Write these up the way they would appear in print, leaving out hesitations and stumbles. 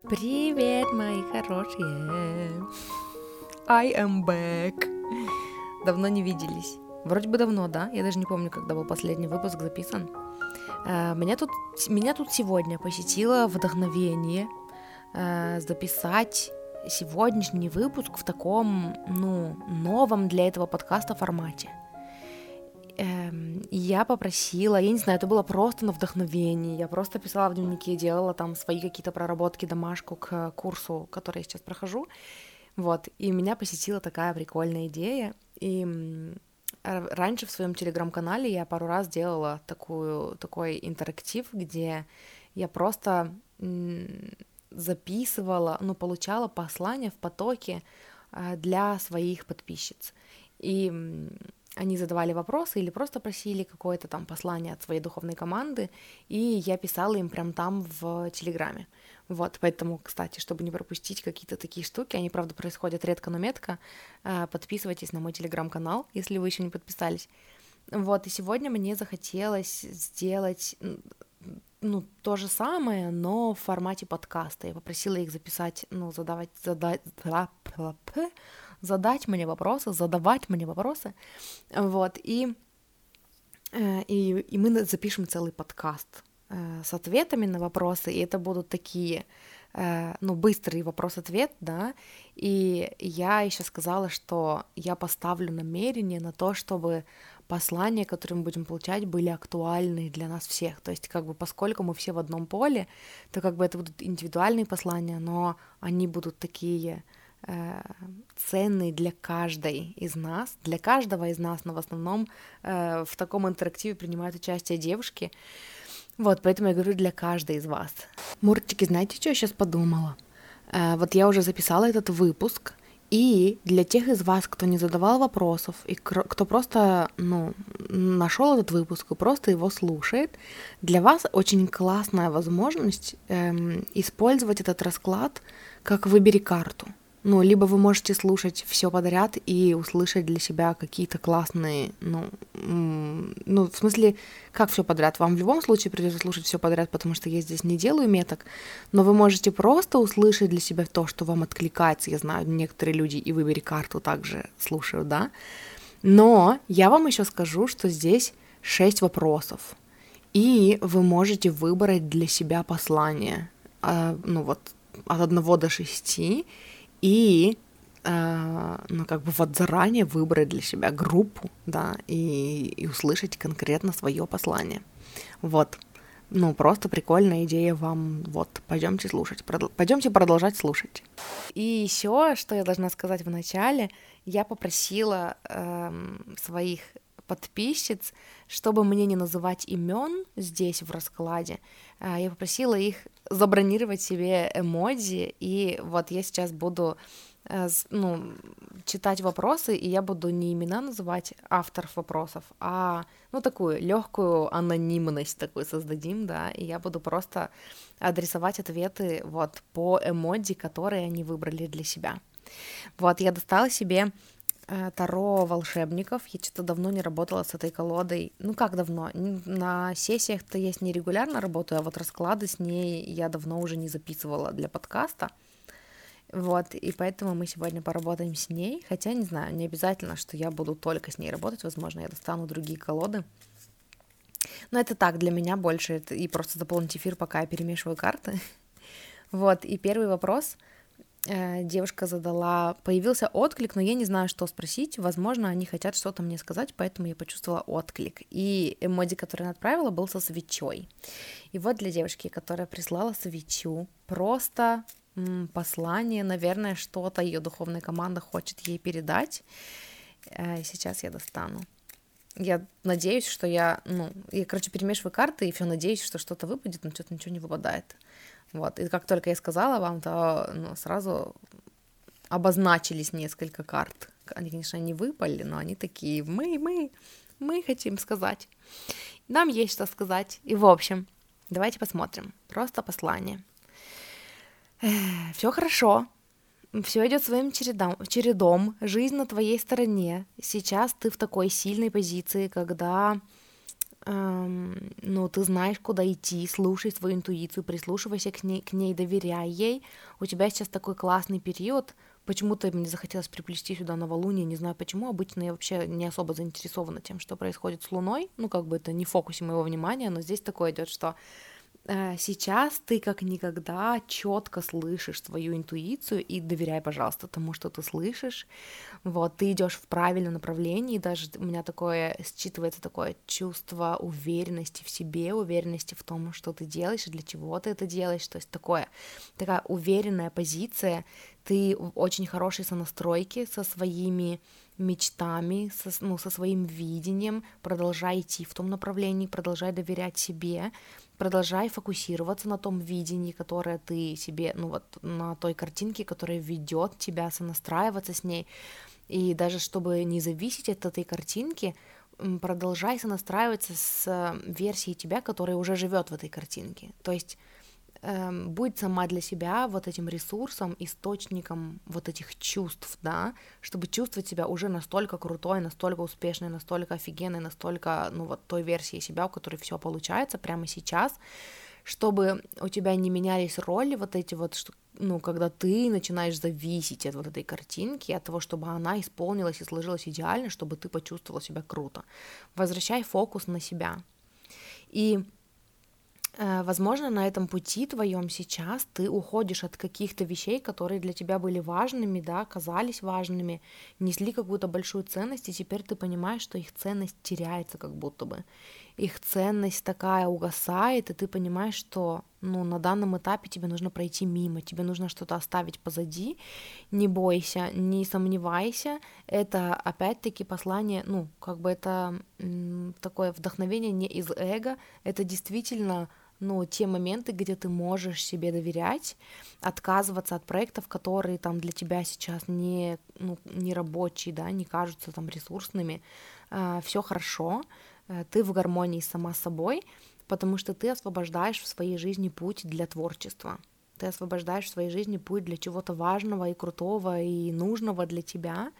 Привет, мои хорошие! I am back! Давно не виделись. Вроде бы давно, да? Я даже не помню, когда был последний выпуск записан. Меня тут сегодня посетило вдохновение записать сегодняшний выпуск в таком, новом для этого подкаста формате. Я попросила, я не знаю, это было просто на вдохновении, я просто писала в дневнике, делала там свои какие-то проработки, домашку к курсу, который я сейчас прохожу, вот, и меня посетила такая прикольная идея, и раньше в своем телеграм-канале я пару раз делала такой интерактив, где я просто записывала, получала послания в потоке для своих подписчиц, и они задавали вопросы или просто просили какое-то там послание от своей духовной команды, и я писала им прям там в Телеграме. Вот, поэтому, кстати, чтобы не пропустить какие-то такие штуки, они, правда, происходят редко, но метко, подписывайтесь на мой Телеграм-канал, если вы еще не подписались. Вот, и сегодня мне захотелось сделать, то же самое, но в формате подкаста. Я попросила их записать, задавать мне вопросы, вот, и мы запишем целый подкаст с ответами на вопросы, и это будут такие, быстрый вопрос-ответ, да, и я еще сказала, что я поставлю намерение на то, чтобы послания, которые мы будем получать, были актуальны для нас всех, то есть поскольку мы все в одном поле, то это будут индивидуальные послания, но они будут такие ценный для каждой из нас, для каждого из нас, но в основном в таком интерактиве принимают участие девушки. Вот, поэтому я говорю для каждой из вас. Мурчики, знаете, что я сейчас подумала? Вот я уже записала этот выпуск, и для тех из вас, кто не задавал вопросов, и кто просто, нашел этот выпуск и просто его слушает, для вас очень классная возможность использовать этот расклад как «выбери карту». Либо вы можете слушать все подряд и услышать для себя какие-то классные, в смысле, как все подряд? Вам в любом случае придется слушать все подряд, потому что я здесь не делаю меток, но вы можете просто услышать для себя то, что вам откликается. Я знаю, некоторые люди и «Выбери карту» также слушают, да? Но я вам еще скажу, что здесь 6 вопросов, и вы можете выбрать для себя послание, от 1 до 6, и, заранее выбрать для себя группу, да, и услышать конкретно свое послание. Вот, просто прикольная идея вам, вот, пойдемте продолжать слушать. И еще, что я должна сказать в начале, я попросила своих подписчиц, чтобы мне не называть имен здесь в раскладе, я попросила их забронировать себе эмодзи, и вот я сейчас буду читать вопросы, и я буду не имена называть авторов вопросов, а такую легкую анонимность такую создадим, да, и я буду просто адресовать ответы вот по эмодзи, которые они выбрали для себя. Вот, я достала себе Таро волшебников. Я что-то давно не работала с этой колодой. Как давно? На сессиях-то я с ней регулярно работаю, а вот расклады с ней я давно уже не записывала для подкаста. Вот, и поэтому мы сегодня поработаем с ней. Хотя, не знаю, не обязательно, что я буду только с ней работать. Возможно, я достану другие колоды. Но это так, для меня больше. Это и просто заполнить эфир, пока я перемешиваю карты. Вот, и первый вопрос девушка задала, появился отклик, но я не знаю, что спросить, возможно, они хотят что-то мне сказать, поэтому я почувствовала отклик, и эмодзи, который она отправила, был со свечой, и вот для девушки, которая прислала свечу, просто послание, наверное, что-то ее духовная команда хочет ей передать, сейчас я достану. Я надеюсь, что я перемешиваю карты, и все надеюсь, что что-то выпадет, но что-то ничего не выпадает. Вот, и как только я сказала вам, то сразу обозначились несколько карт. Они, конечно, не выпали, но они такие, мы хотим сказать. Нам есть что сказать. И, в общем, давайте посмотрим. Просто послание. Все хорошо. Все идет своим чередом. Жизнь на твоей стороне. Сейчас ты в такой сильной позиции, когда ну, ты знаешь, куда идти, слушай свою интуицию, прислушивайся к ней, доверяй ей. У тебя сейчас такой классный период. Почему-то мне захотелось приплести сюда новолуние, не знаю почему. Обычно я вообще не особо заинтересована тем, что происходит с Луной. Ну, как бы это не в фокусе моего внимания, но здесь такое идет, что сейчас ты как никогда четко слышишь свою интуицию и доверяй, пожалуйста, тому, что ты слышишь. Вот, ты идешь в правильном направлении, и даже у меня такое считывается такое чувство уверенности в себе, уверенности в том, что ты делаешь и для чего ты это делаешь, то есть такая уверенная позиция, ты в очень хорошей сонастройке со своими мечтами, со своим видением, продолжай идти в том направлении, продолжай доверять себе, продолжай фокусироваться на том видении, которое ты себе, ну вот на той картинке, которая ведет тебя, сонастраиваться с ней, и даже чтобы не зависеть от этой картинки, продолжай сонастраиваться с версией тебя, которая уже живет в этой картинке. То есть будь сама для себя вот этим ресурсом, источником вот этих чувств, да, чтобы чувствовать себя уже настолько крутой, настолько успешной, настолько офигенной, настолько, ну вот той версией себя, у которой все получается прямо сейчас, чтобы у тебя не менялись роли вот эти вот, ну, когда ты начинаешь зависеть от вот этой картинки, от того, чтобы она исполнилась и сложилась идеально, чтобы ты почувствовал себя круто. Возвращай фокус на себя. И возможно, на этом пути твоем сейчас ты уходишь от каких-то вещей, которые для тебя были важными, да, казались важными, несли какую-то большую ценность, и теперь ты понимаешь, что их ценность теряется как будто бы. Их ценность такая угасает, и ты понимаешь, что, ну, на данном этапе тебе нужно пройти мимо, тебе нужно что-то оставить позади. Не бойся, не сомневайся. Это опять-таки послание, ну, как бы это такое вдохновение не из эго, это действительно, ну, те моменты, где ты можешь себе доверять, отказываться от проектов, которые там для тебя сейчас не, ну, не рабочие, да, не кажутся там ресурсными. Все хорошо, ты в гармонии сама с собой, потому что ты освобождаешь в своей жизни путь для творчества. Ты освобождаешь в своей жизни путь для чего-то важного и крутого и нужного для тебя.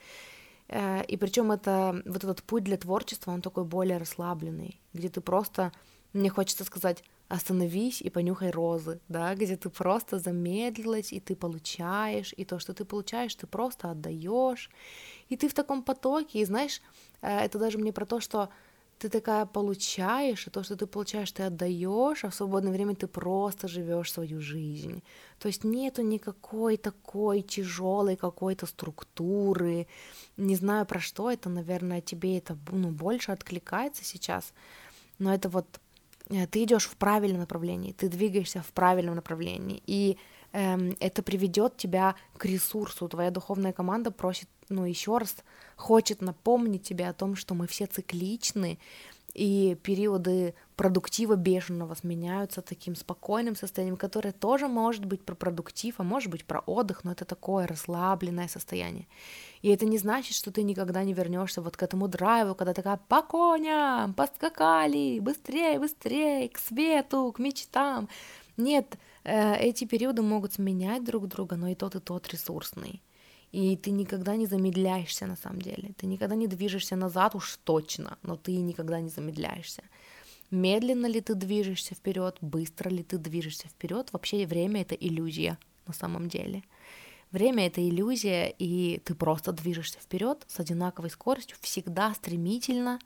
И причем это вот этот путь для творчества, он такой более расслабленный, где ты просто, мне хочется сказать, остановись и понюхай розы, да, где ты просто замедлилась, и ты получаешь, и то, что ты получаешь, ты просто отдаешь, и ты в таком потоке, и знаешь, это даже мне про то, что ты такая получаешь, и то, что ты получаешь, ты отдаешь, а в свободное время ты просто живешь свою жизнь. То есть нету никакой такой тяжелой какой-то структуры. Не знаю про что это, наверное, тебе это, ну, больше откликается сейчас, но это вот ты идешь в правильном направлении, ты двигаешься в правильном направлении, и это приведет тебя к ресурсу. Твоя духовная команда просит, ну, еще раз хочет напомнить тебе о том, что мы все цикличны, и периоды продуктива бешеного сменяются таким спокойным состоянием, которое тоже может быть про продуктив, а может быть про отдых, но это такое расслабленное состояние. И это не значит, что ты никогда не вернешься вот к этому драйву, когда такая по коням, поскакали, быстрее, быстрее, к свету, к мечтам. Нет, эти периоды могут сменять друг друга, но и тот ресурсный. И ты никогда не замедляешься на самом деле. Ты никогда не движешься назад уж точно, но ты никогда не замедляешься. Медленно ли ты движешься вперед, быстро ли ты движешься вперед, вообще время это иллюзия на самом деле. Время это иллюзия, и ты просто движешься вперед с одинаковой скоростью, всегда стремительно.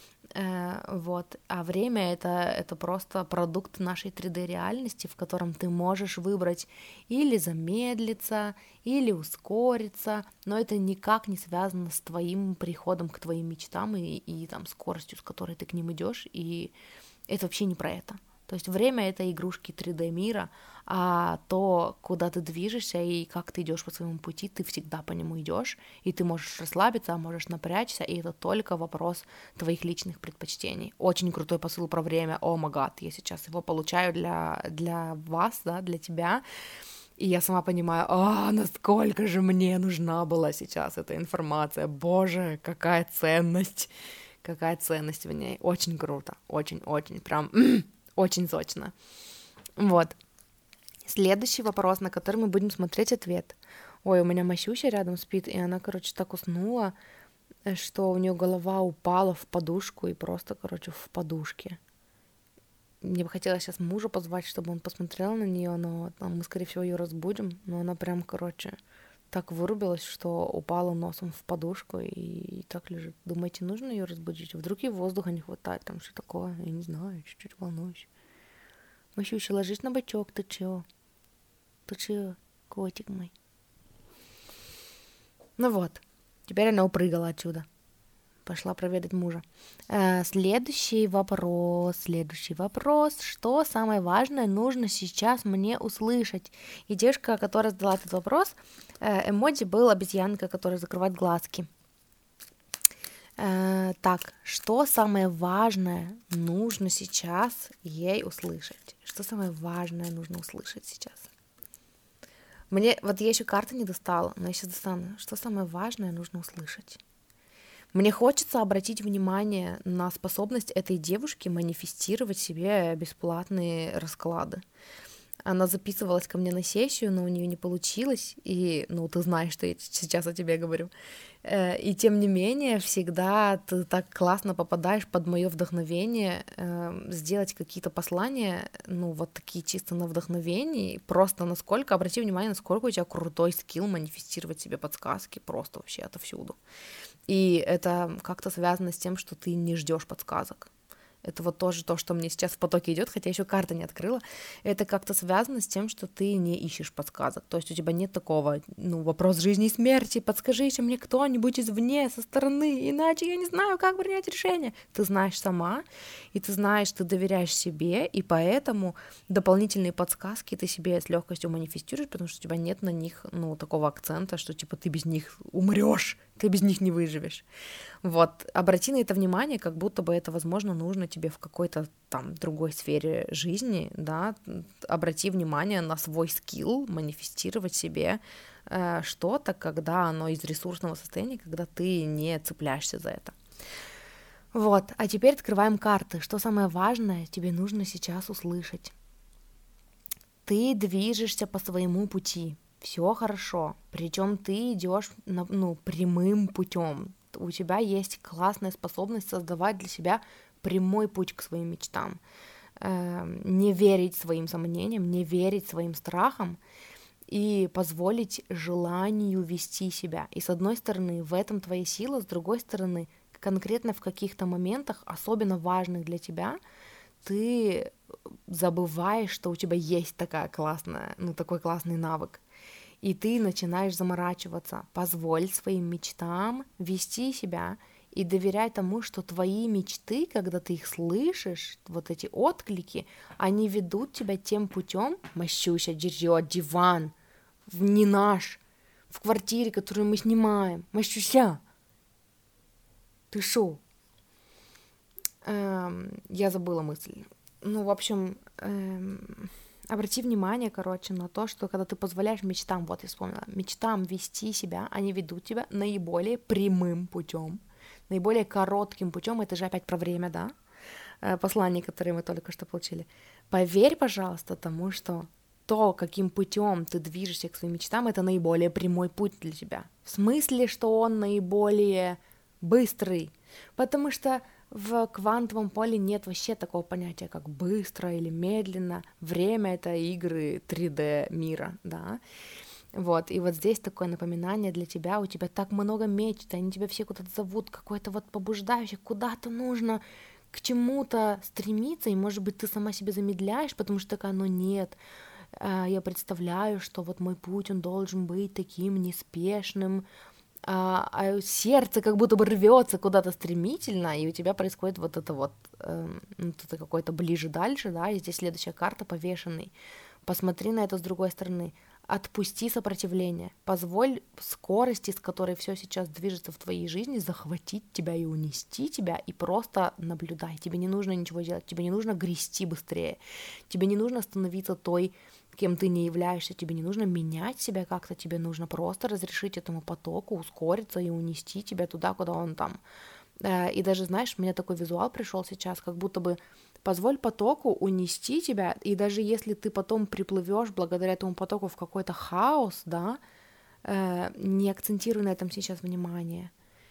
Вот. А время это просто продукт нашей 3D-реальности, в котором ты можешь выбрать или замедлиться, или ускориться, но это никак не связано с твоим приходом к твоим мечтам и там скоростью, с которой ты к ним идешь, и это вообще не про это. То есть время — это игрушки 3D мира, а то, куда ты движешься и как ты идешь по своему пути, ты всегда по нему идешь, и ты можешь расслабиться, а можешь напрячься, и это только вопрос твоих личных предпочтений. Очень крутой посыл про время, о май гад, я сейчас его получаю для вас, да, для тебя, и я сама понимаю, насколько же мне нужна была сейчас эта информация, боже, какая ценность в ней, очень круто, очень-очень, прям... Очень сочно. Вот. Следующий вопрос, на который мы будем смотреть ответ. Ой, у меня Масюся рядом спит, и она, короче, так уснула. что у нее голова упала в подушку и просто, короче, в подушке. Мне бы хотелось сейчас мужа позвать, чтобы он посмотрел на нее, но мы, скорее всего, ее разбудим. Но она прям, короче, так вырубилась, что упала носом в подушку и так лежит. Думаете, нужно ее разбудить? Вдруг ей воздуха не хватает, там что такое? Я не знаю, чуть-чуть волнуюсь. Машуща, ложись на бочок, ты чё? Ты чё, котик мой? Ну вот, теперь она упрыгала отсюда. Пошла проведать мужа. Следующий вопрос. Что самое важное нужно сейчас мне услышать? И девушка, которая задала этот вопрос, эмодзи был обезьянка, которая закрывает глазки. Так, что самое важное нужно сейчас ей услышать? Что самое важное нужно услышать сейчас? Мне, вот я еще карты не достала, но я сейчас достану. Что самое важное нужно услышать? Мне хочется обратить внимание на способность этой девушки манифестировать себе бесплатные расклады. Она записывалась ко мне на сессию, но у нее не получилось, и, ну, ты знаешь, что я сейчас о тебе говорю. И тем не менее, всегда ты так классно попадаешь под мое вдохновение сделать какие-то послания, ну, вот такие чисто на вдохновении, просто насколько, обрати внимание, насколько у тебя крутой скилл манифестировать себе подсказки просто вообще отовсюду. И это как-то связано с тем, что ты не ждешь подсказок. Это вот тоже то, что мне сейчас в потоке идет, хотя еще карты не открыла. Это как-то связано с тем, что ты не ищешь подсказок. То есть у тебя нет такого, ну, вопрос жизни и смерти, подскажите мне кто-нибудь извне, со стороны, иначе я не знаю, как принять решение. Ты знаешь сама, и ты знаешь, ты доверяешь себе, и поэтому дополнительные подсказки ты себе с легкостью манифестируешь, потому что у тебя нет на них, ну, такого акцента, что типа ты без них умрешь, ты без них не выживешь. Вот, обрати на это внимание, как будто бы это, возможно, нужно тебе в какой-то там другой сфере жизни, да, обрати внимание на свой скилл, манифестировать себе что-то, когда оно из ресурсного состояния, когда ты не цепляешься за это. Вот, а теперь открываем карты. Что самое важное тебе нужно сейчас услышать? Ты движешься по своему пути, все хорошо, причем ты идешь прямым путем. У тебя есть классная способность создавать для себя прямой путь к своим мечтам, не верить своим сомнениям, не верить своим страхам и позволить желанию вести себя. И с одной стороны, в этом твоя сила, с другой стороны, конкретно в каких-то моментах, особенно важных для тебя, ты забываешь, что у тебя есть такая классная, такой классный навык. И ты начинаешь заморачиваться. Позволь своим мечтам вести себя и доверяй тому, что твои мечты, когда ты их слышишь, вот эти отклики, они ведут тебя тем путем, Мащуся дерет диван, не наш, в квартире, которую мы снимаем. Мащуся, ты шо? Я забыла мысль. В общем, обрати внимание, короче, на то, что когда ты позволяешь мечтам, вот я вспомнила, мечтам вести себя, они ведут тебя наиболее прямым путем, наиболее коротким путем, это же опять про время, да, послание, которое мы только что получили. Поверь, пожалуйста, тому, что то, каким путем ты движешься к своим мечтам, это наиболее прямой путь для тебя. В смысле, что он наиболее быстрый, потому что в квантовом поле нет вообще такого понятия, как быстро или медленно. Время — это игры 3D мира, да. Вот, и вот здесь такое напоминание для тебя, у тебя так много мечт, они тебя все куда-то зовут, какое-то вот побуждающее, куда-то нужно к чему-то стремиться, и, может быть, ты сама себе замедляешь, потому что такая, нет, я представляю, что вот мой путь, он должен быть таким неспешным, а сердце как будто бы рвется куда-то стремительно, и у тебя происходит вот это вот, это какой-то ближе дальше, да, и здесь следующая карта — повешенный. Посмотри на это с другой стороны. Отпусти сопротивление. Позволь скорости, с которой все сейчас движется в твоей жизни, захватить тебя и унести тебя, и просто наблюдай. Тебе не нужно ничего делать, тебе не нужно грести быстрее, тебе не нужно становиться той, кем ты не являешься, тебе не нужно менять себя как-то, тебе нужно просто разрешить этому потоку ускориться и унести тебя туда, куда он там. И даже, знаешь, у меня такой визуал пришел сейчас, как будто бы позволь потоку унести тебя, и даже если ты потом приплывешь благодаря этому потоку в какой-то хаос, да, не акцентируй на этом сейчас внимание.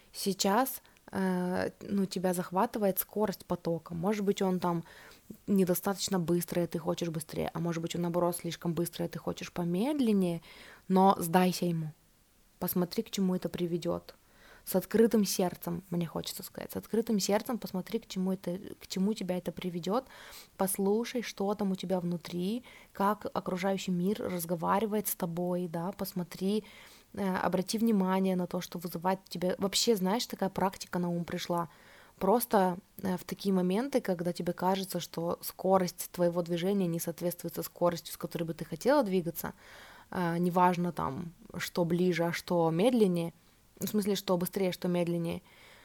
Сейчас, ну, тебя захватывает скорость потока. Может быть, он там недостаточно быстрый, и ты хочешь быстрее, а может быть, он, наоборот, слишком быстрый, и ты хочешь помедленнее, но сдайся ему. Посмотри, к чему это приведет. С открытым сердцем, мне хочется сказать, с открытым сердцем посмотри, к чему тебя это приведет, послушай, что там у тебя внутри, как окружающий мир разговаривает с тобой, да, посмотри, обрати внимание на то, что вызывает в тебе. Вообще, знаешь, такая практика на ум пришла. Просто в такие моменты, когда тебе кажется, что скорость твоего движения не соответствует со скоростью, с которой бы ты хотела двигаться, неважно там, что ближе, а что медленнее, в смысле, что быстрее, что медленнее,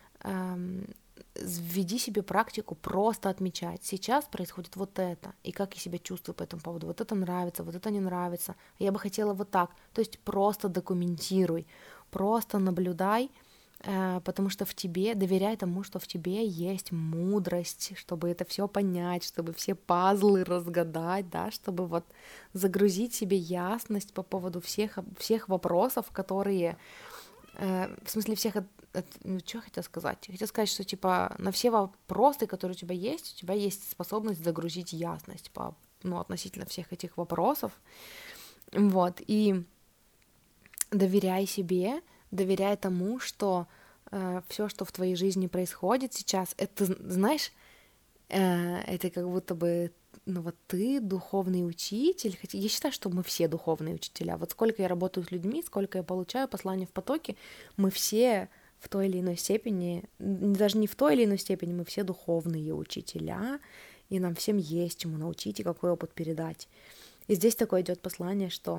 введи себе практику просто отмечать. Сейчас происходит вот это, и как я себя чувствую по этому поводу. Вот это нравится, вот это не нравится. Я бы хотела вот так. То есть просто документируй, просто наблюдай, потому что в тебе, доверяй тому, что в тебе есть мудрость, чтобы это все понять, чтобы все пазлы разгадать, да, чтобы вот загрузить себе ясность по поводу всех вопросов, которые, в смысле всех, ну, что я хотела сказать? Я хотела сказать, что, типа, на все вопросы, которые у тебя есть способность загрузить ясность ну, относительно всех этих вопросов, вот, и доверяй себе, доверяй тому, что все, что в твоей жизни происходит сейчас, это, знаешь, это как будто бы, ну вот ты духовный учитель, хотя я считаю, что мы все духовные учителя. Вот сколько я работаю с людьми, сколько я получаю послания в потоке, мы все в той или иной степени, даже не в той или иной степени, мы все духовные учителя, и нам всем есть чему научить и какой опыт передать. И здесь такое идет послание, что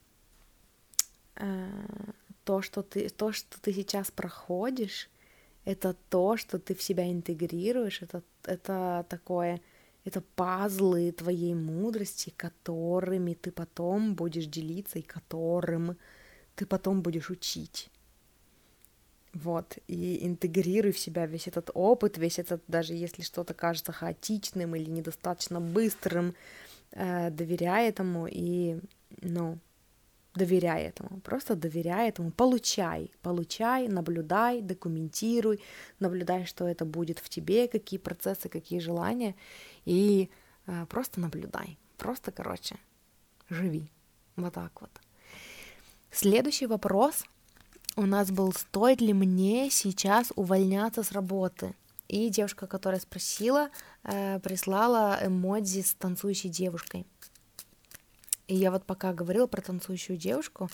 то, что ты сейчас проходишь, это то, что ты в себя интегрируешь, это такое, это пазлы твоей мудрости, которыми ты потом будешь делиться и которым ты потом будешь учить. Вот, и интегрируй в себя весь этот опыт, весь этот, даже если что-то кажется хаотичным или недостаточно быстрым, доверяй этому и, ну, доверяй этому, просто доверяй этому, получай, наблюдай, документируй, наблюдай, что это будет в тебе, какие процессы, какие желания, и просто наблюдай, просто, короче, живи, вот так вот. Следующий вопрос у нас был: стоит ли мне сейчас увольняться с работы? И девушка, которая спросила, прислала эмодзи с танцующей девушкой. И я вот пока говорила про танцующую девушку,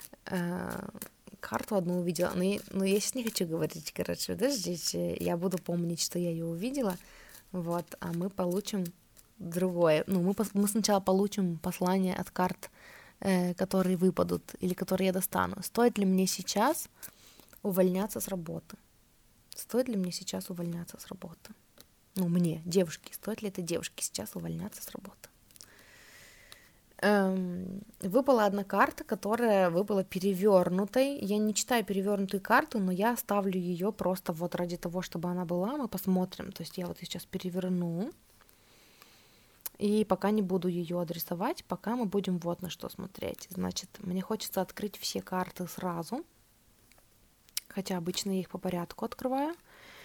карту одну увидела. Но я сейчас не хочу говорить, короче, подождите, я буду помнить, что я ее увидела, вот, а мы получим другое. Ну, мы сначала получим послание от карт, которые выпадут или которые я достану. Стоит ли мне сейчас увольняться с работы? Стоит ли мне сейчас увольняться с работы? Ну, мне, девушке, стоит ли это девушке сейчас увольняться с работы? Выпала одна карта, которая выпала перевернутой. Я не читаю перевернутую карту, но я оставлю ее просто вот ради того, чтобы она была. Мы посмотрим. То есть я вот сейчас переверну. И пока не буду ее адресовать, пока мы будем вот на что смотреть. Значит, мне хочется открыть все карты сразу. Хотя обычно я их по порядку открываю.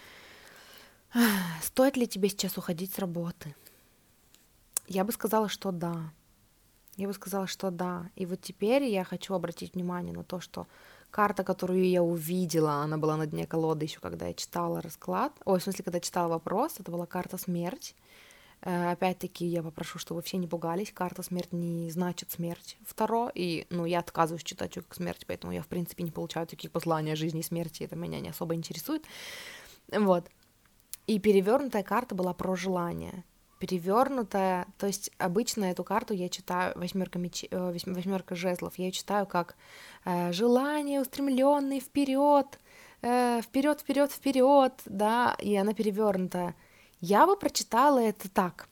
Стоит ли тебе сейчас уходить с работы? Я бы сказала, что да. Я бы сказала, что да. И вот теперь я хочу обратить внимание на то, что карта, которую я увидела, она была на дне колоды еще, когда я читала расклад. Ой, в смысле, когда я читала вопрос, это была карта смерть. Опять-таки, я попрошу, чтобы все не пугались. Карта смерть не значит смерть в Таро. И, ну, я отказываюсь читать ее как смерть, поэтому я, в принципе, не получаю таких посланий о жизни и смерти. Это меня не особо интересует. Вот. И перевернутая карта была про желание. Перевернутая, то есть обычно эту карту я читаю, восьмерка жезлов, я ее читаю как желание, устремленный вперед, вперед, вперед, вперед, да, и она перевернутая. Я бы прочитала это так: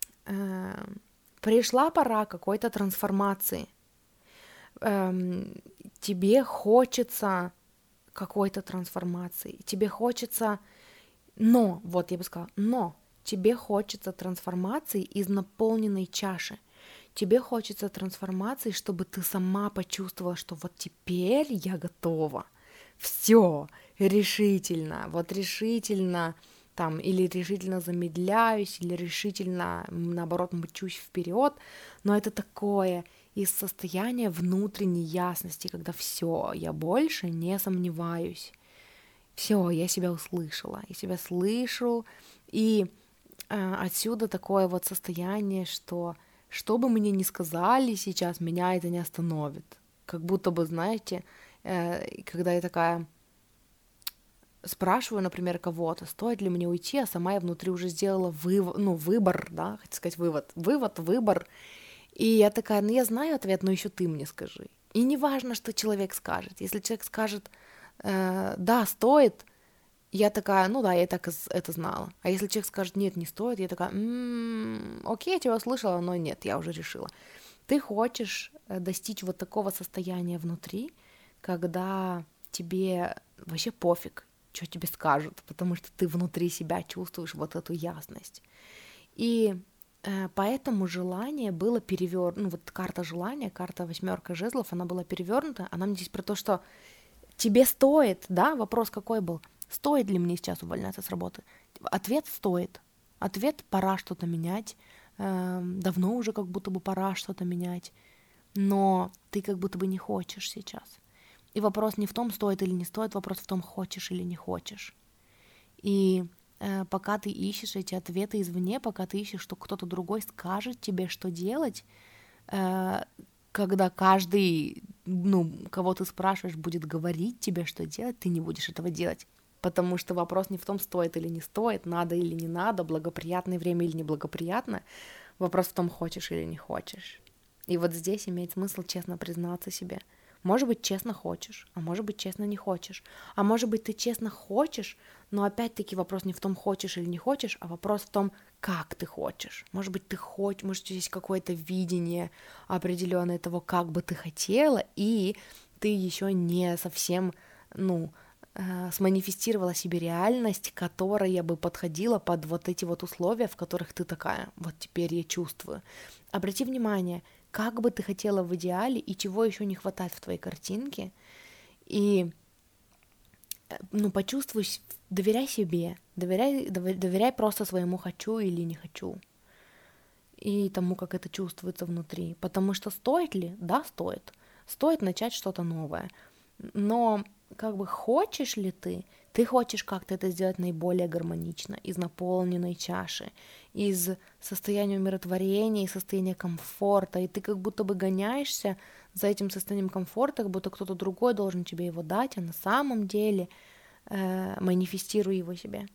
пришла пора какой-то трансформации, тебе хочется какой-то трансформации, тебе хочется, но, вот я бы сказала, но тебе хочется трансформации из наполненной чаши. Тебе хочется трансформации, чтобы ты сама почувствовала, что вот теперь я готова. Все, решительно, вот решительно там, или решительно замедляюсь, или решительно, наоборот, мчусь вперед, но это такое из состояния внутренней ясности, когда все, я больше не сомневаюсь, все, я себя услышала, я себя слышу, и отсюда такое вот состояние, что бы мне ни сказали сейчас, меня это не остановит. Как будто бы, знаете, когда я такая спрашиваю, например, кого-то, стоит ли мне уйти, а сама я внутри уже сделала выбор, да, хочу сказать выбор, и я такая, ну я знаю ответ, но еще ты мне скажи. И не важно, что человек скажет. Если человек скажет, да, стоит, я такая, ну да, я так это знала. А если человек скажет, нет, не стоит, я такая, окей, я тебя услышала, но нет, я уже решила. Ты хочешь достичь вот такого состояния внутри, когда тебе вообще пофиг, что тебе скажут, потому что ты внутри себя чувствуешь вот эту ясность. И поэтому желание было перевернуто, ну вот карта желания, карта 8 жезлов, она была перевернута, она мне здесь про то, что тебе стоит, да, вопрос какой был, стоит ли мне сейчас увольняться с работы? Ответ стоит, ответ пора что-то менять, давно уже как будто бы пора что-то менять, но ты как будто бы не хочешь сейчас. И вопрос не в том, стоит или не стоит, вопрос в том, хочешь или не хочешь. И пока ты ищешь эти ответы извне, пока ты ищешь, что кто-то другой скажет тебе, что делать, когда каждый, кого ты спрашиваешь, будет говорить тебе, что делать, ты не будешь этого делать. Потому что вопрос не в том, стоит или не стоит, надо или не надо, благоприятное время или неблагоприятно. Вопрос в том, хочешь или не хочешь. И вот здесь имеет смысл честно признаться себе. Может быть, честно хочешь, а может быть, честно не хочешь. А может быть, ты честно хочешь, но опять-таки вопрос не в том, хочешь или не хочешь, а вопрос в том, как ты хочешь. Может быть, ты хочешь, может, есть какое-то видение определенное того, как бы ты хотела, и ты еще не совсем, сманифестировала себе реальность, которая бы подходила под вот эти вот условия, в которых ты такая, вот теперь я чувствую. Обрати внимание, как бы ты хотела в идеале и чего еще не хватает в твоей картинке, и почувствуй, доверяй себе, доверяй просто своему хочу или не хочу, и тому, как это чувствуется внутри, потому что стоит ли? Да, стоит начать что-то новое, но как бы хочешь ли ты хочешь как-то это сделать наиболее гармонично, из наполненной чаши, из состояния умиротворения и состояния комфорта, и ты как будто бы гоняешься за этим состоянием комфорта, как будто кто-то другой должен тебе его дать, а на самом деле манифестируй его себе.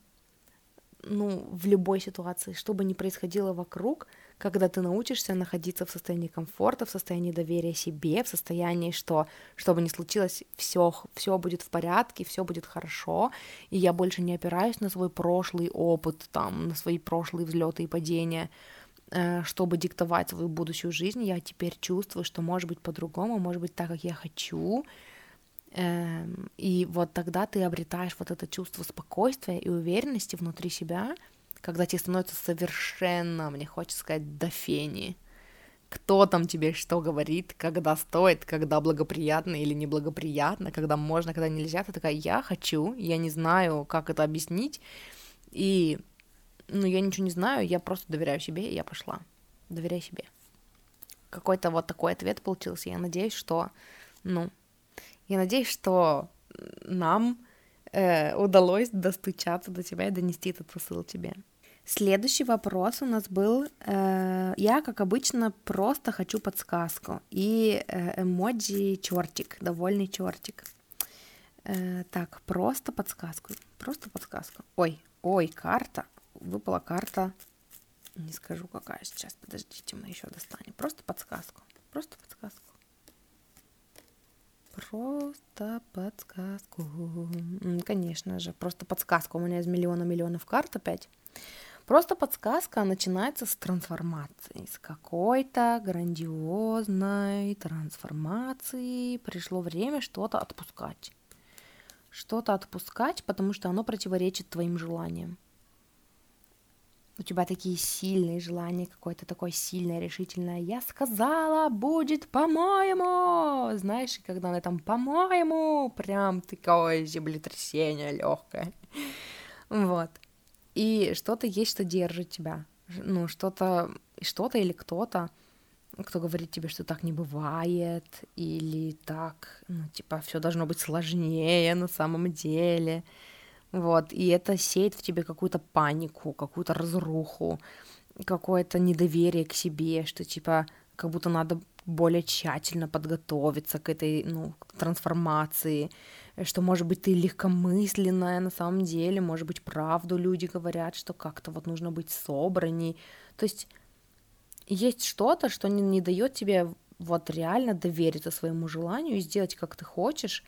В любой ситуации, что бы ни происходило вокруг, когда ты научишься находиться в состоянии комфорта, в состоянии доверия себе, в состоянии, что бы ни случилось, все будет в порядке, все будет хорошо, и я больше не опираюсь на свой прошлый опыт, на свои прошлые взлеты и падения, чтобы диктовать свою будущую жизнь, я теперь чувствую, что может быть по-другому, может быть так, как я хочу, и вот тогда ты обретаешь вот это чувство спокойствия и уверенности внутри себя, когда тебе становится совершенно, мне хочется сказать, до фени. Кто там тебе что говорит, когда стоит, когда благоприятно или неблагоприятно, когда можно, когда нельзя. Ты такая, я хочу, я не знаю, как это объяснить, и, я ничего не знаю, я просто доверяю себе, и я пошла. Доверяй себе. Какой-то вот такой ответ получился. Я надеюсь, что нам удалось достучаться до тебя и донести этот посыл тебе. Следующий вопрос у нас был, я, как обычно, просто хочу подсказку, и эмоджи чертик, довольный чертик. Так, просто подсказку. Ой, карта, выпала карта, не скажу какая сейчас, подождите, мы еще достанем. Просто подсказку. Просто подсказку. Конечно же, просто подсказка. У меня из миллионов карт опять. Просто подсказка начинается с трансформации, с какой-то грандиозной трансформации. Пришло время что-то отпускать. Потому что оно противоречит твоим желаниям. У тебя такие сильные желания, какое-то такое сильное, решительное. Я сказала, будет по-моему. о, знаешь, когда она там, по-моему, прям такое землетрясение легкое. Вот. И что-то есть, что держит тебя. Ну, что-то или кто-то, кто говорит тебе, что так не бывает, или так, ну, типа, все должно быть сложнее на самом деле. Вот, и это сеет в тебе какую-то панику, какую-то разруху, какое-то недоверие к себе, что, типа, как будто надо более тщательно подготовиться к этой, ну, трансформации, что, может быть, ты легкомысленная на самом деле, может быть, правду люди говорят, что как-то вот нужно быть собранней. То есть что-то, что не дает тебе вот реально довериться своему желанию и сделать, как ты хочешь,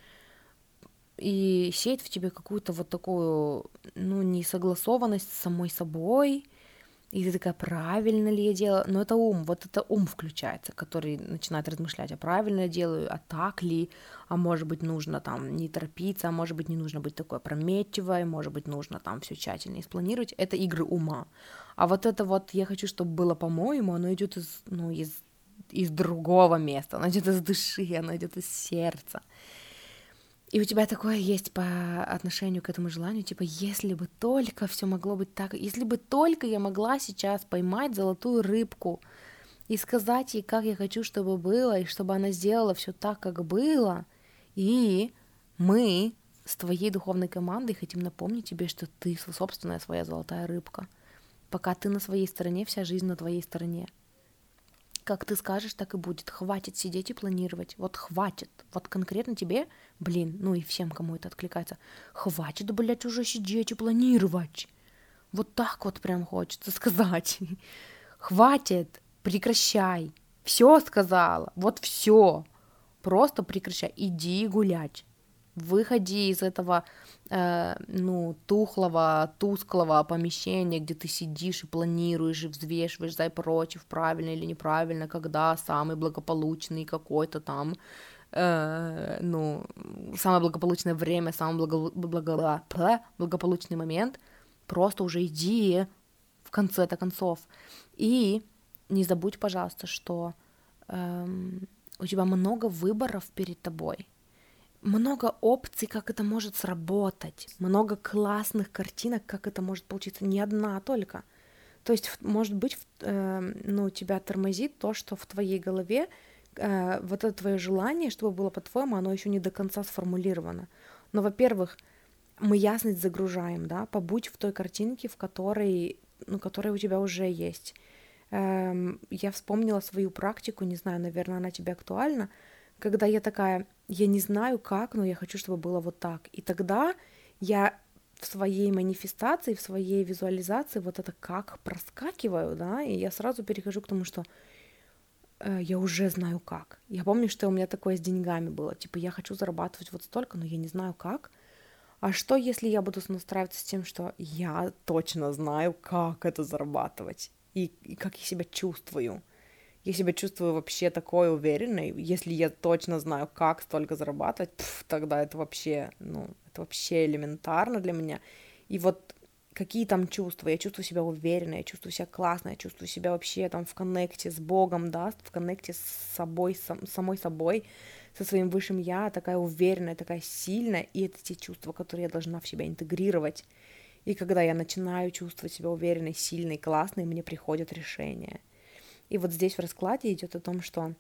и сеет в тебе какую-то вот такую, ну, несогласованность с самой собой, и ты такая, правильно ли я делаю? Но это ум, вот это ум включается, который начинает размышлять, а правильно я делаю, а так ли, а может быть нужно там не торопиться, а может быть не нужно быть такой опрометчивой, может быть нужно там все тщательно спланировать. Это игры ума. А вот это вот я хочу, чтобы было по-моему, оно идет из, ну, из другого места, оно идет из души, оно идет из сердца. И у тебя такое есть по отношению к этому желанию, типа, если бы только все могло быть так, если бы только я могла сейчас поймать золотую рыбку и сказать ей, как я хочу, чтобы было, и чтобы она сделала все так, как было, и мы с твоей духовной командой хотим напомнить тебе, что ты собственная своя золотая рыбка. Пока ты на своей стороне, вся жизнь на твоей стороне. Как ты скажешь, так и будет. Хватит сидеть и планировать. Вот хватит. Вот конкретно тебе, блин, ну и всем, кому это откликается, хватит, блядь, уже сидеть и планировать. Вот так вот прям хочется сказать. Хватит, прекращай. Все сказала, вот все. Просто прекращай. Иди гулять. Выходи из этого, ну, тухлого, тусклого помещения, где ты сидишь и планируешь, и взвешиваешь за и против, правильно или неправильно, когда самый благополучный какой-то там, ну, самое благополучное время, самый благополучный момент. Просто уже иди в конце-то концов. И не забудь, пожалуйста, что у тебя много выборов перед тобой. Много опций, как это может сработать, много классных картинок, как это может получиться, не одна только. То есть, может быть, ну, тебя тормозит то, что в твоей голове вот это твое желание, чтобы было по-твоему, оно еще не до конца сформулировано. Но, во-первых, мы ясность загружаем, да, побудь в той картинке, в которой, ну, которая у тебя уже есть. Я вспомнила свою практику, не знаю, наверное, она тебе актуальна, когда я такая, я не знаю как, но я хочу, чтобы было вот так. И тогда я в своей манифестации, в своей визуализации вот это как проскакиваю, да, и я сразу перехожу к тому, что я уже знаю как. Я помню, что у меня такое с деньгами было, типа я хочу зарабатывать вот столько, но я не знаю как. А что, если я буду настраиваться с тем, что я точно знаю, как это зарабатывать и как я себя чувствую? Я себя чувствую вообще такой уверенной, если я точно знаю, как столько зарабатывать, тогда это вообще, ну, это вообще элементарно для меня. И вот какие там чувства? Я чувствую себя уверенно, я чувствую себя классно, я чувствую себя вообще там в коннекте с Богом, да, в коннекте с собой, самой собой, со своим высшим я, такая уверенная, такая сильная, и это те чувства, которые я должна в себя интегрировать. И когда я начинаю чувствовать себя уверенной, сильной, классной, мне приходят решения. И вот здесь в раскладе идет о том, что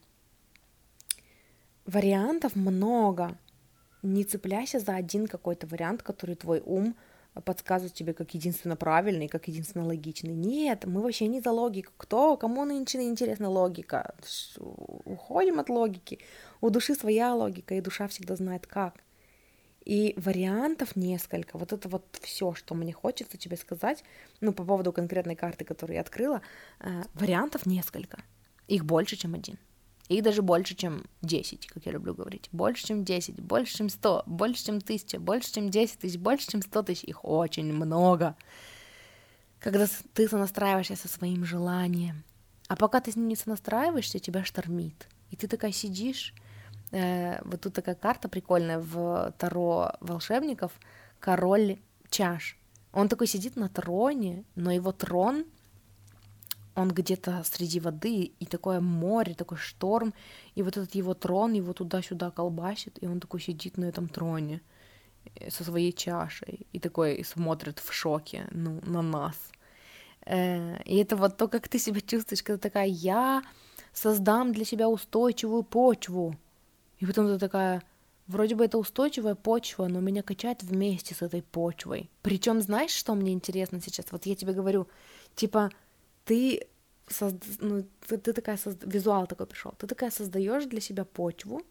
вариантов много. Не цепляйся за один какой-то вариант, который твой ум подсказывает тебе как единственно правильный, как единственно логичный. Нет, мы вообще не за логику. Кому нынче интересна логика? Уходим от логики. У души своя логика, и душа всегда знает как. И вариантов несколько. Вот это вот все, что мне хочется тебе сказать, ну, по поводу конкретной карты, которую я открыла, вариантов несколько. Их больше, чем один. Их даже больше, чем 10, как я люблю говорить. Больше, чем 10, больше, чем 100, больше, чем 1000, больше, чем 10 тысяч, больше, чем 100 тысяч. Их очень много. Когда ты сонастраиваешься со своим желанием. А пока ты с ним не сонастраиваешься, тебя штормит. И ты такая сидишь. Вот тут такая карта прикольная в Таро волшебников. Король чаш. Он такой сидит на троне, но его трон, он где-то среди воды, и такое море, такой шторм, и вот этот его трон его туда-сюда колбасит, и он такой сидит на этом троне со своей чашей, и такой и смотрит в шоке, ну, на нас. И это вот то, как ты себя чувствуешь, когда такая, я создам для себя устойчивую почву. И потом ты такая, вроде бы это устойчивая почва, но меня качает вместе с этой почвой. Причем знаешь, что мне интересно сейчас? Вот я тебе говорю, типа, ты, ну, ты такая, визуал такой пришел, ты такая создаешь для себя почву,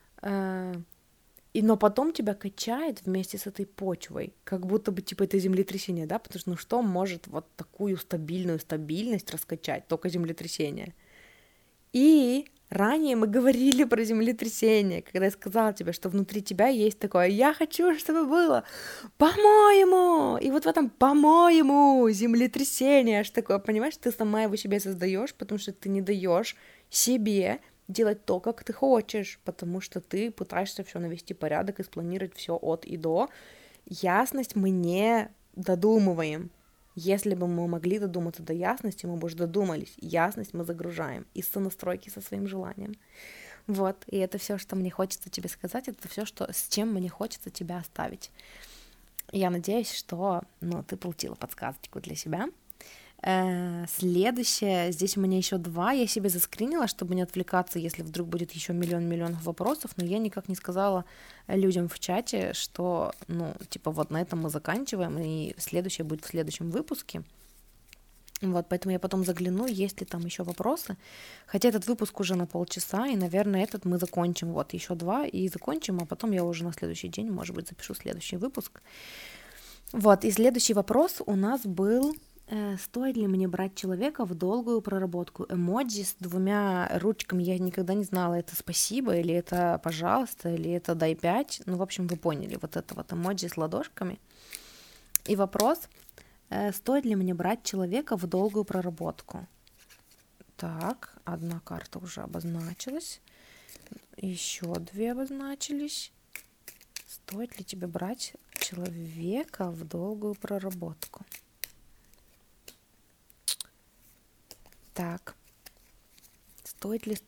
но потом тебя качает вместе с этой почвой, как будто бы, типа, это землетрясение, да, потому что, ну, что может вот такую стабильную стабильность раскачать? Только землетрясение. И ранее мы говорили про землетрясение, когда я сказала тебе, что внутри тебя есть такое «я хочу, чтобы было, по-моему!» И вот в этом «по-моему» землетрясение, аж такое, понимаешь, ты сама его себе создаешь, потому что ты не даешь себе делать то, как ты хочешь, потому что ты пытаешься все навести порядок и спланировать все от и до. Ясность мы не додумываем. Если бы мы могли додуматься до ясности, мы бы уже додумались. Ясность мы загружаем из сонастройки со своим желанием. Вот, и это все, что мне хочется тебе сказать, это все, с чем мне хочется тебя оставить. Я надеюсь, что ты получила подсказочку для себя. Следующее, здесь у меня еще 2, я себе заскринила, чтобы не отвлекаться, если вдруг будет еще миллион вопросов, но я никак не сказала людям в чате, что, вот на этом мы заканчиваем, и следующее будет в следующем выпуске. Вот, поэтому я потом загляну, есть ли там еще вопросы. Хотя этот выпуск уже на полчаса, и, наверное, этот мы закончим. Вот, еще 2 и закончим, а потом я уже на следующий день, может быть, запишу следующий выпуск. Вот, и следующий вопрос у нас был... Стоит ли мне брать человека в долгую проработку? Эмоджи с 2 ручками, я никогда не знала, это спасибо, или это пожалуйста, или это дай 5. В общем, вы поняли, вот это вот эмоджи с ладошками. И вопрос, стоит ли мне брать человека в долгую проработку? Так, 1 карта уже обозначилась, еще 2 обозначились. Стоит ли тебе брать человека в долгую проработку? Так, стоит ли?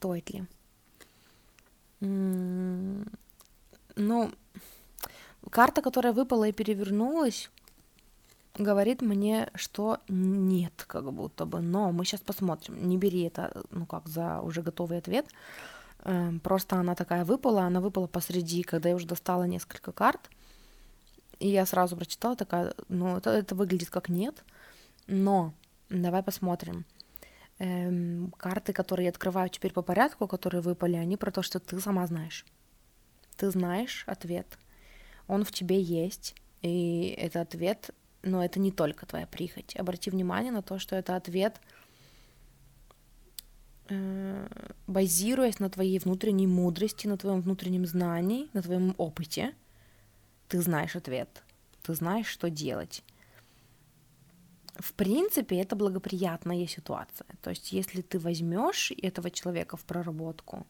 Карта, которая выпала и перевернулась, говорит мне, что нет, как будто бы. Но мы сейчас посмотрим. Не бери это, за уже готовый ответ. Просто она такая выпала, она выпала посреди, когда я уже достала несколько карт. И я сразу прочитала, такая, это выглядит как нет. Но давай посмотрим. Карты, которые я открываю теперь по порядку, которые выпали, они про то, что ты сама знаешь. Ты знаешь ответ. Он в тебе есть. И это ответ, но это не только твоя прихоть. Обрати внимание на то, что это ответ, базируясь на твоей внутренней мудрости, на твоем внутреннем знании, на твоем опыте. Ты знаешь ответ. Ты знаешь, что делать. В принципе, это благоприятная ситуация. То есть, если ты возьмешь этого человека в проработку,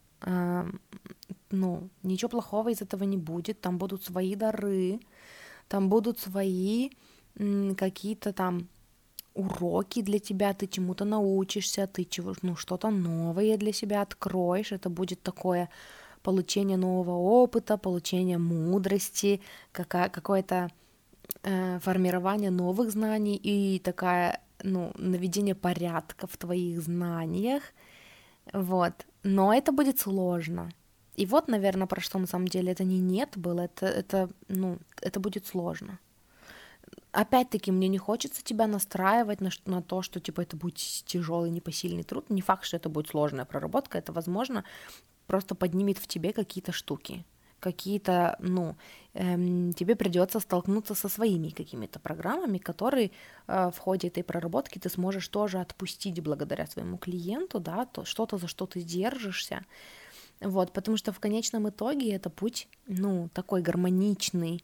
ничего плохого из этого не будет. Там будут свои дары, там будут свои какие-то там уроки для тебя, ты чему-то научишься, ты что-то новое для себя откроешь. Это будет такое получение нового опыта, получение мудрости, какое-то формирование новых знаний и такая, наведение порядка в твоих знаниях, вот, но это будет сложно. И вот, наверное, про что на самом деле это не нет было, это будет сложно. Опять-таки, мне не хочется тебя настраивать на то, что, это будет тяжелый, непосильный труд. Не факт, что это будет сложная проработка, это, возможно, просто поднимет в тебе какие-то штуки, какие-то, тебе придется столкнуться со своими какими-то программами, которые в ходе этой проработки ты сможешь тоже отпустить благодаря своему клиенту, да, что-то, за что ты держишься, вот, потому что в конечном итоге это путь, такой гармоничный,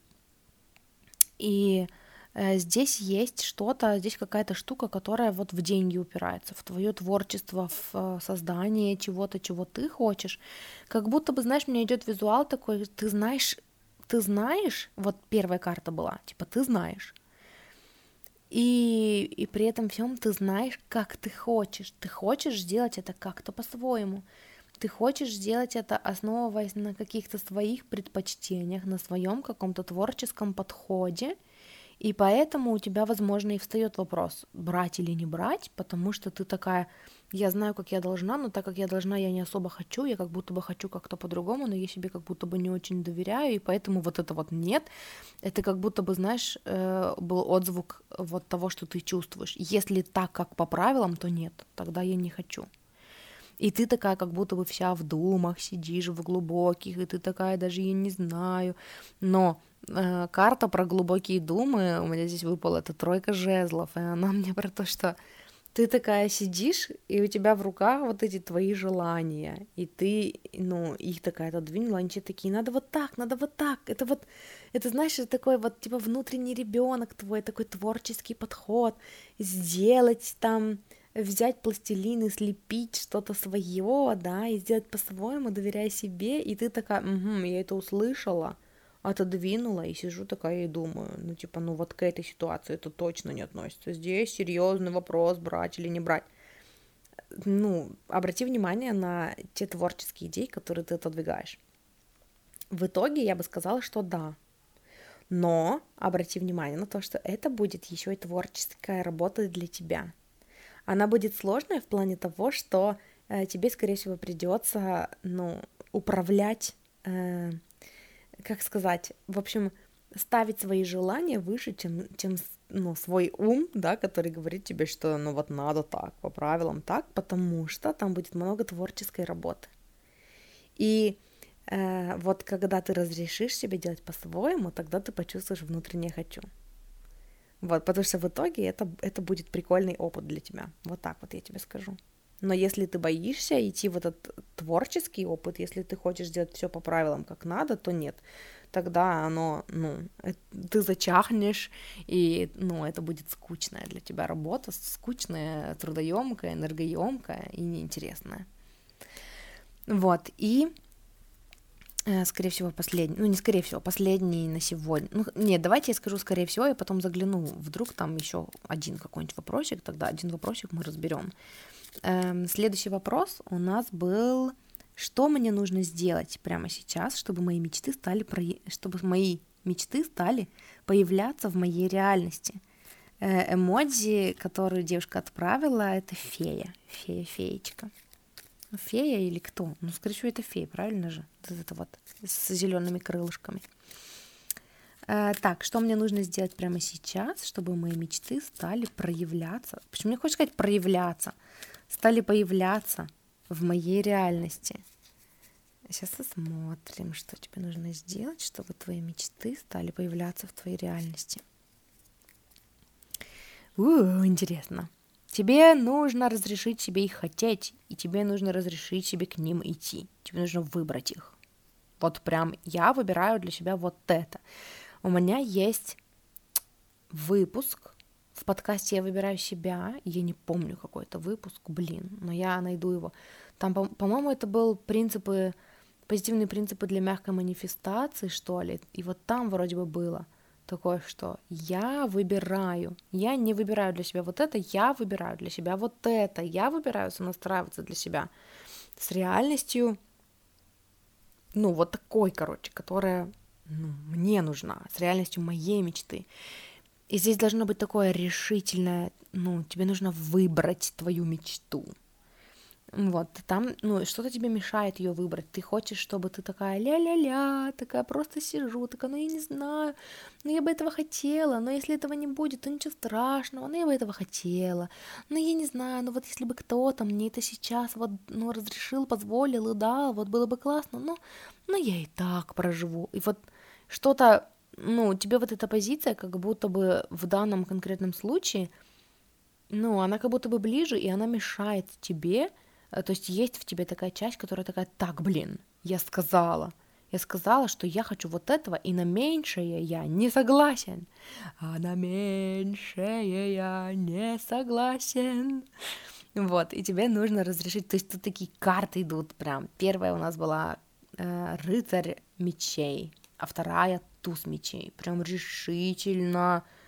и здесь есть что-то, здесь какая-то штука, которая вот в деньги упирается, в твое творчество, в создание чего-то, чего ты хочешь. Как будто бы, знаешь, мне идет визуал такой, ты знаешь, вот первая карта была, ты знаешь. И при этом всем ты знаешь, как ты хочешь сделать это как-то по-своему, ты хочешь сделать это, основываясь на каких-то своих предпочтениях, на своем каком-то творческом подходе, и поэтому у тебя, возможно, и встает вопрос, брать или не брать, потому что ты такая, я знаю, как я должна, но так как я должна, я не особо хочу, я как будто бы хочу как-то по-другому, но я себе как будто бы не очень доверяю, и поэтому вот это вот нет, это как будто бы, знаешь, был отзвук вот того, что ты чувствуешь. Если так, как по правилам, то нет, тогда я не хочу. И ты такая, как будто бы вся в думах сидишь, в глубоких, и ты такая, даже я не знаю. Но карта про глубокие думы, у меня здесь выпала, это тройка жезлов, и она мне про то, что ты такая сидишь, и у тебя в руках вот эти твои желания, и ты, ну, их такая отодвинула, они тебе такие, надо вот так, надо вот так, это вот, это, знаешь, это такой вот, типа, внутренний ребенок твой, такой творческий подход, сделать там, взять пластилин и слепить что-то свое, да, и сделать по-своему, доверяя себе, и ты такая, угу, я это услышала, отодвинула и сижу такая и думаю, ну типа, ну вот к этой ситуации это точно не относится. Здесь серьезный вопрос, брать или не брать. Ну, обрати внимание на те творческие идеи, которые ты отодвигаешь. В итоге я бы сказала, что да. Но обрати внимание на то, что это будет еще и творческая работа для тебя. Она будет сложная в плане того, что тебе, скорее всего, придется, ну, управлять как сказать, в общем, ставить свои желания выше, чем ну, свой ум, да, который говорит тебе, что ну вот надо так, по правилам так, потому что там будет много творческой работы. И вот когда ты разрешишь себе делать по-своему, тогда ты почувствуешь внутреннее «хочу». Вот, потому что в итоге это будет прикольный опыт для тебя. Вот так вот я тебе скажу. Но если ты боишься идти в этот творческий опыт, если ты хочешь сделать все по правилам как надо, то нет. Тогда оно, ну, ты зачахнешь, и, ну, это будет скучная для тебя работа, скучная, трудоемкая, энергоемкая и неинтересная. Вот, и скорее всего, последний, ну, не скорее всего, последний на сегодня. Ну, нет, давайте я скажу скорее всего, и потом загляну, вдруг там еще один какой-нибудь вопросик, тогда один вопросик мы разберем. Следующий вопрос у нас был, что мне нужно сделать прямо сейчас, чтобы мои мечты стали появляться в моей реальности. Эмодзи, которую девушка отправила, это феечка. Фея или кто? Ну, скорее всего, это фея, правильно же? Вот это вот с зелеными крылышками. Так, что мне нужно сделать прямо сейчас, чтобы мои мечты стали проявляться? Почему мне хочется сказать проявляться? Стали появляться в моей реальности. Сейчас посмотрим, что тебе нужно сделать, чтобы твои мечты стали появляться в твоей реальности. Интересно. Тебе нужно разрешить себе их хотеть, и тебе нужно разрешить себе к ним идти. Тебе нужно выбрать их. Вот прям я выбираю для себя вот это. У меня есть выпуск в подкасте «Я выбираю себя». Я не помню, какой это выпуск, но я найду его. Там, по-моему, это был позитивные принципы для мягкой манифестации, что ли. И вот там вроде бы было такое, что я не выбираю для себя вот это, я выбираю для себя вот это, я выбираю сонастраиваться для себя с реальностью, ну, вот такой, короче, которая мне нужна, с реальностью моей мечты. И здесь должно быть такое решительное, тебе нужно выбрать твою мечту. Вот, там, что-то тебе мешает ее выбрать. Ты хочешь, чтобы ты такая ля-ля-ля, такая просто сижу, такая, я не знаю, я бы этого хотела, но если этого не будет, то ничего страшного, я бы этого хотела, я не знаю, вот если бы кто-то мне это сейчас вот, разрешил, позволил, и да, вот было бы классно, но я и так проживу. И вот что-то, тебе вот эта позиция, как будто бы в данном конкретном случае, она как будто бы ближе, и она мешает тебе. То есть есть в тебе такая часть, которая такая, так, я сказала, что я хочу вот этого, и на меньшее я не согласен, а на меньшее я не согласен. Вот, и тебе нужно разрешить, то есть тут такие карты идут прям. Первая у нас была рыцарь мечей, а вторая туз мечей. Прям решительно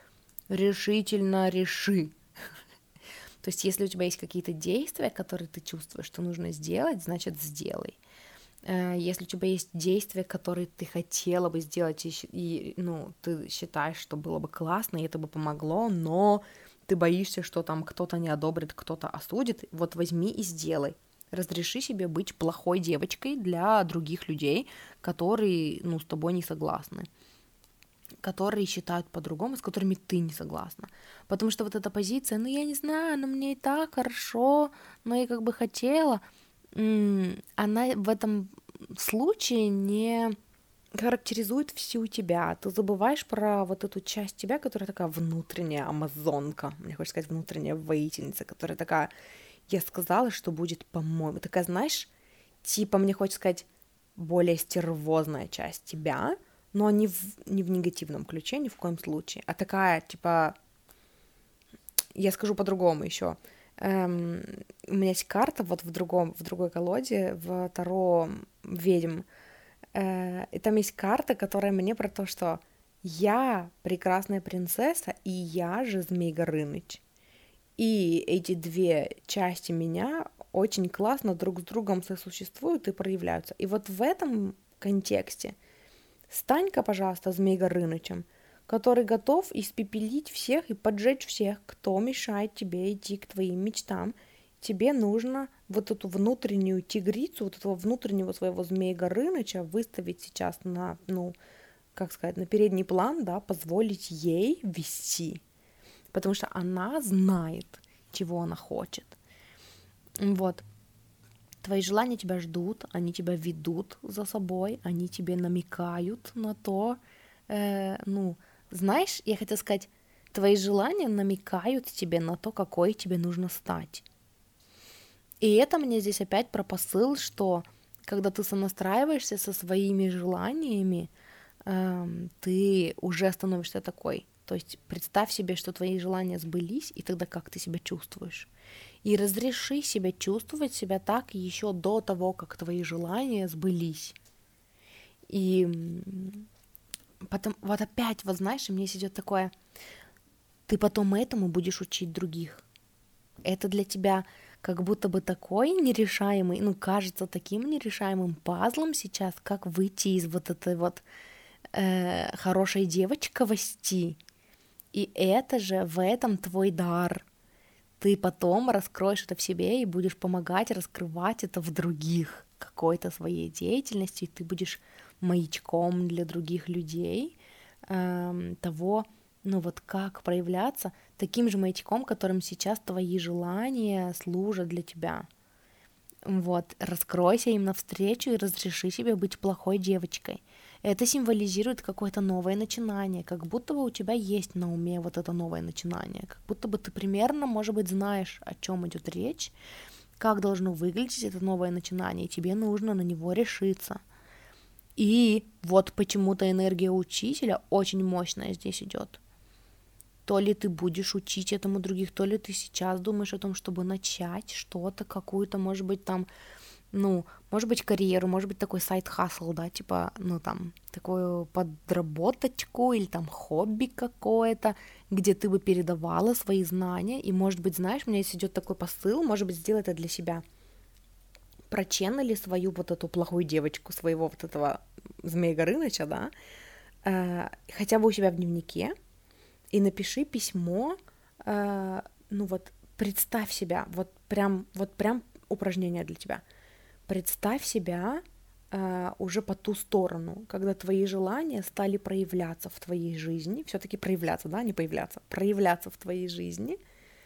решительно реши. То есть, если у тебя есть какие-то действия, которые ты чувствуешь, что нужно сделать, значит, сделай. Если у тебя есть действия, которые ты хотела бы сделать, ну, ты считаешь, что было бы классно, и это бы помогло, но ты боишься, что там кто-то не одобрит, кто-то осудит, вот возьми и сделай. Разреши себе быть плохой девочкой для других людей, которые, ну, с тобой не согласны, которые считают по-другому, с которыми ты не согласна. Потому что вот эта позиция, ну, я не знаю, но мне и так хорошо, но я как бы хотела, она в этом случае не характеризует всю тебя. Ты забываешь про вот эту часть тебя, которая такая внутренняя амазонка, мне хочется сказать, внутренняя воительница, которая такая, я сказала, что будет по-моему. Такая, знаешь, типа, мне хочется сказать, более стервозная часть тебя, но не в негативном ключе ни в коем случае, а такая, типа, я скажу по-другому еще. У меня есть карта вот в другой колоде, в Таро ведьм, и там есть карта, которая мне про то, что я прекрасная принцесса, и я же Змей Горыныч. И эти две части меня очень классно друг с другом сосуществуют и проявляются. И вот в этом контексте стань-ка, пожалуйста, Змей Горынычем, который готов испепелить всех и поджечь всех, кто мешает тебе идти к твоим мечтам. Тебе нужно вот эту внутреннюю тигрицу, вот этого внутреннего своего Змея Горыныча выставить сейчас на, ну, как сказать, на передний план, да, позволить ей вести, потому что она знает, чего она хочет. Вот. Твои желания тебя ждут, они тебя ведут за собой, они тебе намекают на то, ну, знаешь, я хотела сказать, твои желания намекают тебе на то, какой тебе нужно стать. И это мне здесь опять про посыл, что когда ты сонастраиваешься со своими желаниями, ты уже становишься такой. То есть представь себе, что твои желания сбылись, и тогда как ты себя чувствуешь. И разреши себе чувствовать себя так еще до того, как твои желания сбылись. И потом, вот опять, вот знаешь, мне идет такое, ты потом этому будешь учить других. Это для тебя как будто бы такой нерешаемый, ну, кажется таким нерешаемым пазлом сейчас, как выйти из вот этой вот хорошей девочковости. И это же в этом твой дар. Ты потом раскроешь это в себе и будешь помогать раскрывать это в других какой-то своей деятельности. Ты будешь маячком для других людей того, ну вот как проявляться таким же маячком, которым сейчас твои желания служат для тебя. Вот, раскройся им навстречу и разреши себе быть плохой девочкой. Это символизирует какое-то новое начинание, как будто бы у тебя есть на уме вот это новое начинание, как будто бы ты примерно, может быть, знаешь, о чем идет речь, как должно выглядеть это новое начинание, и тебе нужно на него решиться. И вот почему-то энергия учителя очень мощная здесь идет. То ли ты будешь учить этому других, то ли ты сейчас думаешь о том, чтобы начать что-то, какую-то, может быть, там, ну, может быть, карьеру, может быть, такой сайт-хасл, да, типа, ну, там, такую подработочку или там хобби какое-то, где ты бы передавала свои знания, и, может быть, знаешь, у меня здесь идет такой посыл, может быть, сделай это для себя. Проченнели свою вот эту плохую девочку, своего вот этого Змея Горыныча, да, хотя бы у себя в дневнике, и напиши письмо, ну вот, представь себя, вот прям упражнение для тебя. Представь себя уже по ту сторону, когда твои желания стали проявляться в твоей жизни, все-таки проявляться, да, не появляться, проявляться в твоей жизни,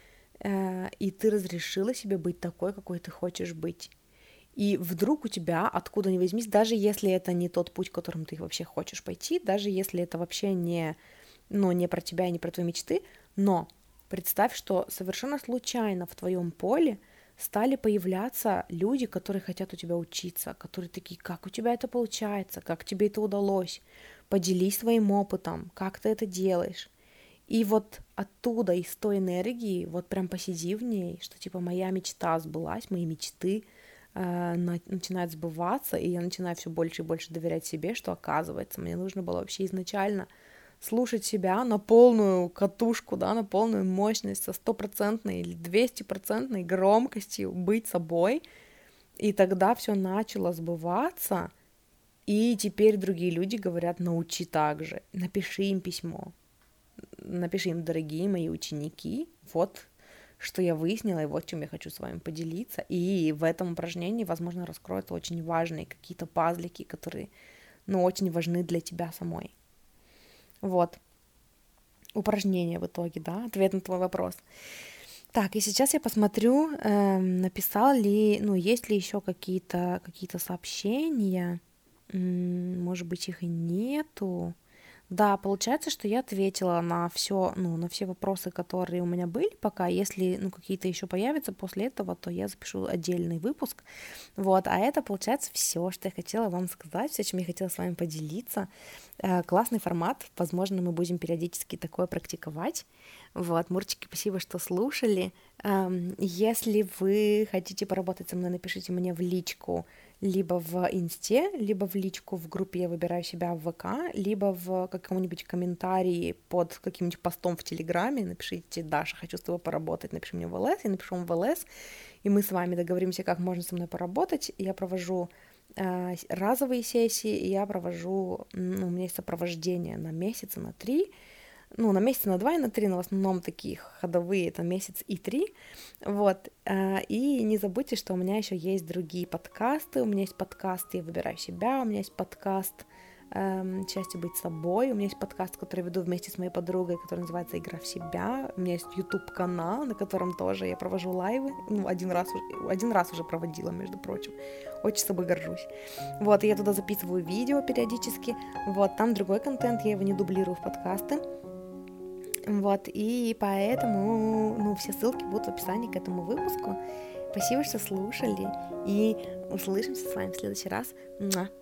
и ты разрешила себе быть такой, какой ты хочешь быть. И вдруг у тебя, откуда ни возьмись, даже если это не тот путь, которым ты вообще хочешь пойти, даже если это вообще не про тебя и не про твои мечты, но представь, что совершенно случайно в твоем поле стали появляться люди, которые хотят у тебя учиться, которые такие, как у тебя это получается, как тебе это удалось, поделись своим опытом, как ты это делаешь. И вот оттуда, из той энергии, вот прям посиди в ней, что типа моя мечта сбылась, мои мечты начинают сбываться, и я начинаю все больше и больше доверять себе, что оказывается, мне нужно было вообще изначально слушать себя на полную катушку, да, на полную мощность, со 100% или 200% громкостью, быть собой, и тогда все начало сбываться, и теперь другие люди говорят: научи так же, напиши им письмо, напиши им: дорогие мои ученики, вот что я выяснила, и вот чем я хочу с вами поделиться. И в этом упражнении, возможно, раскроются очень важные какие-то пазлики, которые, ну, очень важны для тебя самой. Вот. Упражнение в итоге, да, ответ на твой вопрос. Так, и сейчас я посмотрю, написал ли, ну, есть ли еще какие-то сообщения. Может быть, их и нету. Да, получается, что я ответила на все, ну, на все вопросы, которые у меня были пока. Если, ну, какие-то еще появятся после этого, то я запишу отдельный выпуск. Вот, а это, получается, все, что я хотела вам сказать, все, чем я хотела с вами поделиться. Классный формат, возможно, мы будем периодически такое практиковать. Вот, Мурчики, спасибо, что слушали. Если вы хотите поработать со мной, напишите мне в личку, либо в инсте, либо в личку в группе «Я выбираю себя» в ВК, либо в каком-нибудь комментарии под каким-нибудь постом в Телеграме. Напишите: Даша, хочу с тобой поработать, напиши мне в ЛС, я напишу вам в ЛС, и мы с вами договоримся, как можно со мной поработать. Я провожу разовые сессии, и я провожу, ну, у меня есть сопровождение на месяц, на 3, ну, на месяц, на 2 и на 3, но в основном такие ходовые, это месяц и 3, вот, и не забудьте, что у меня еще есть другие подкасты, у меня есть подкаст «Я выбираю себя», у меня есть подкаст «Счастье быть собой», у меня есть подкаст, который я веду вместе с моей подругой, который называется «Игра в себя», у меня есть YouTube-канал, на котором тоже я провожу лайвы, ну, один раз уже проводила, между прочим, очень собой горжусь, вот, и я туда записываю видео периодически, вот, там другой контент, я его не дублирую в подкасты. Вот, и поэтому, ну, все ссылки будут в описании к этому выпуску. Спасибо, что слушали, и услышимся с вами в следующий раз.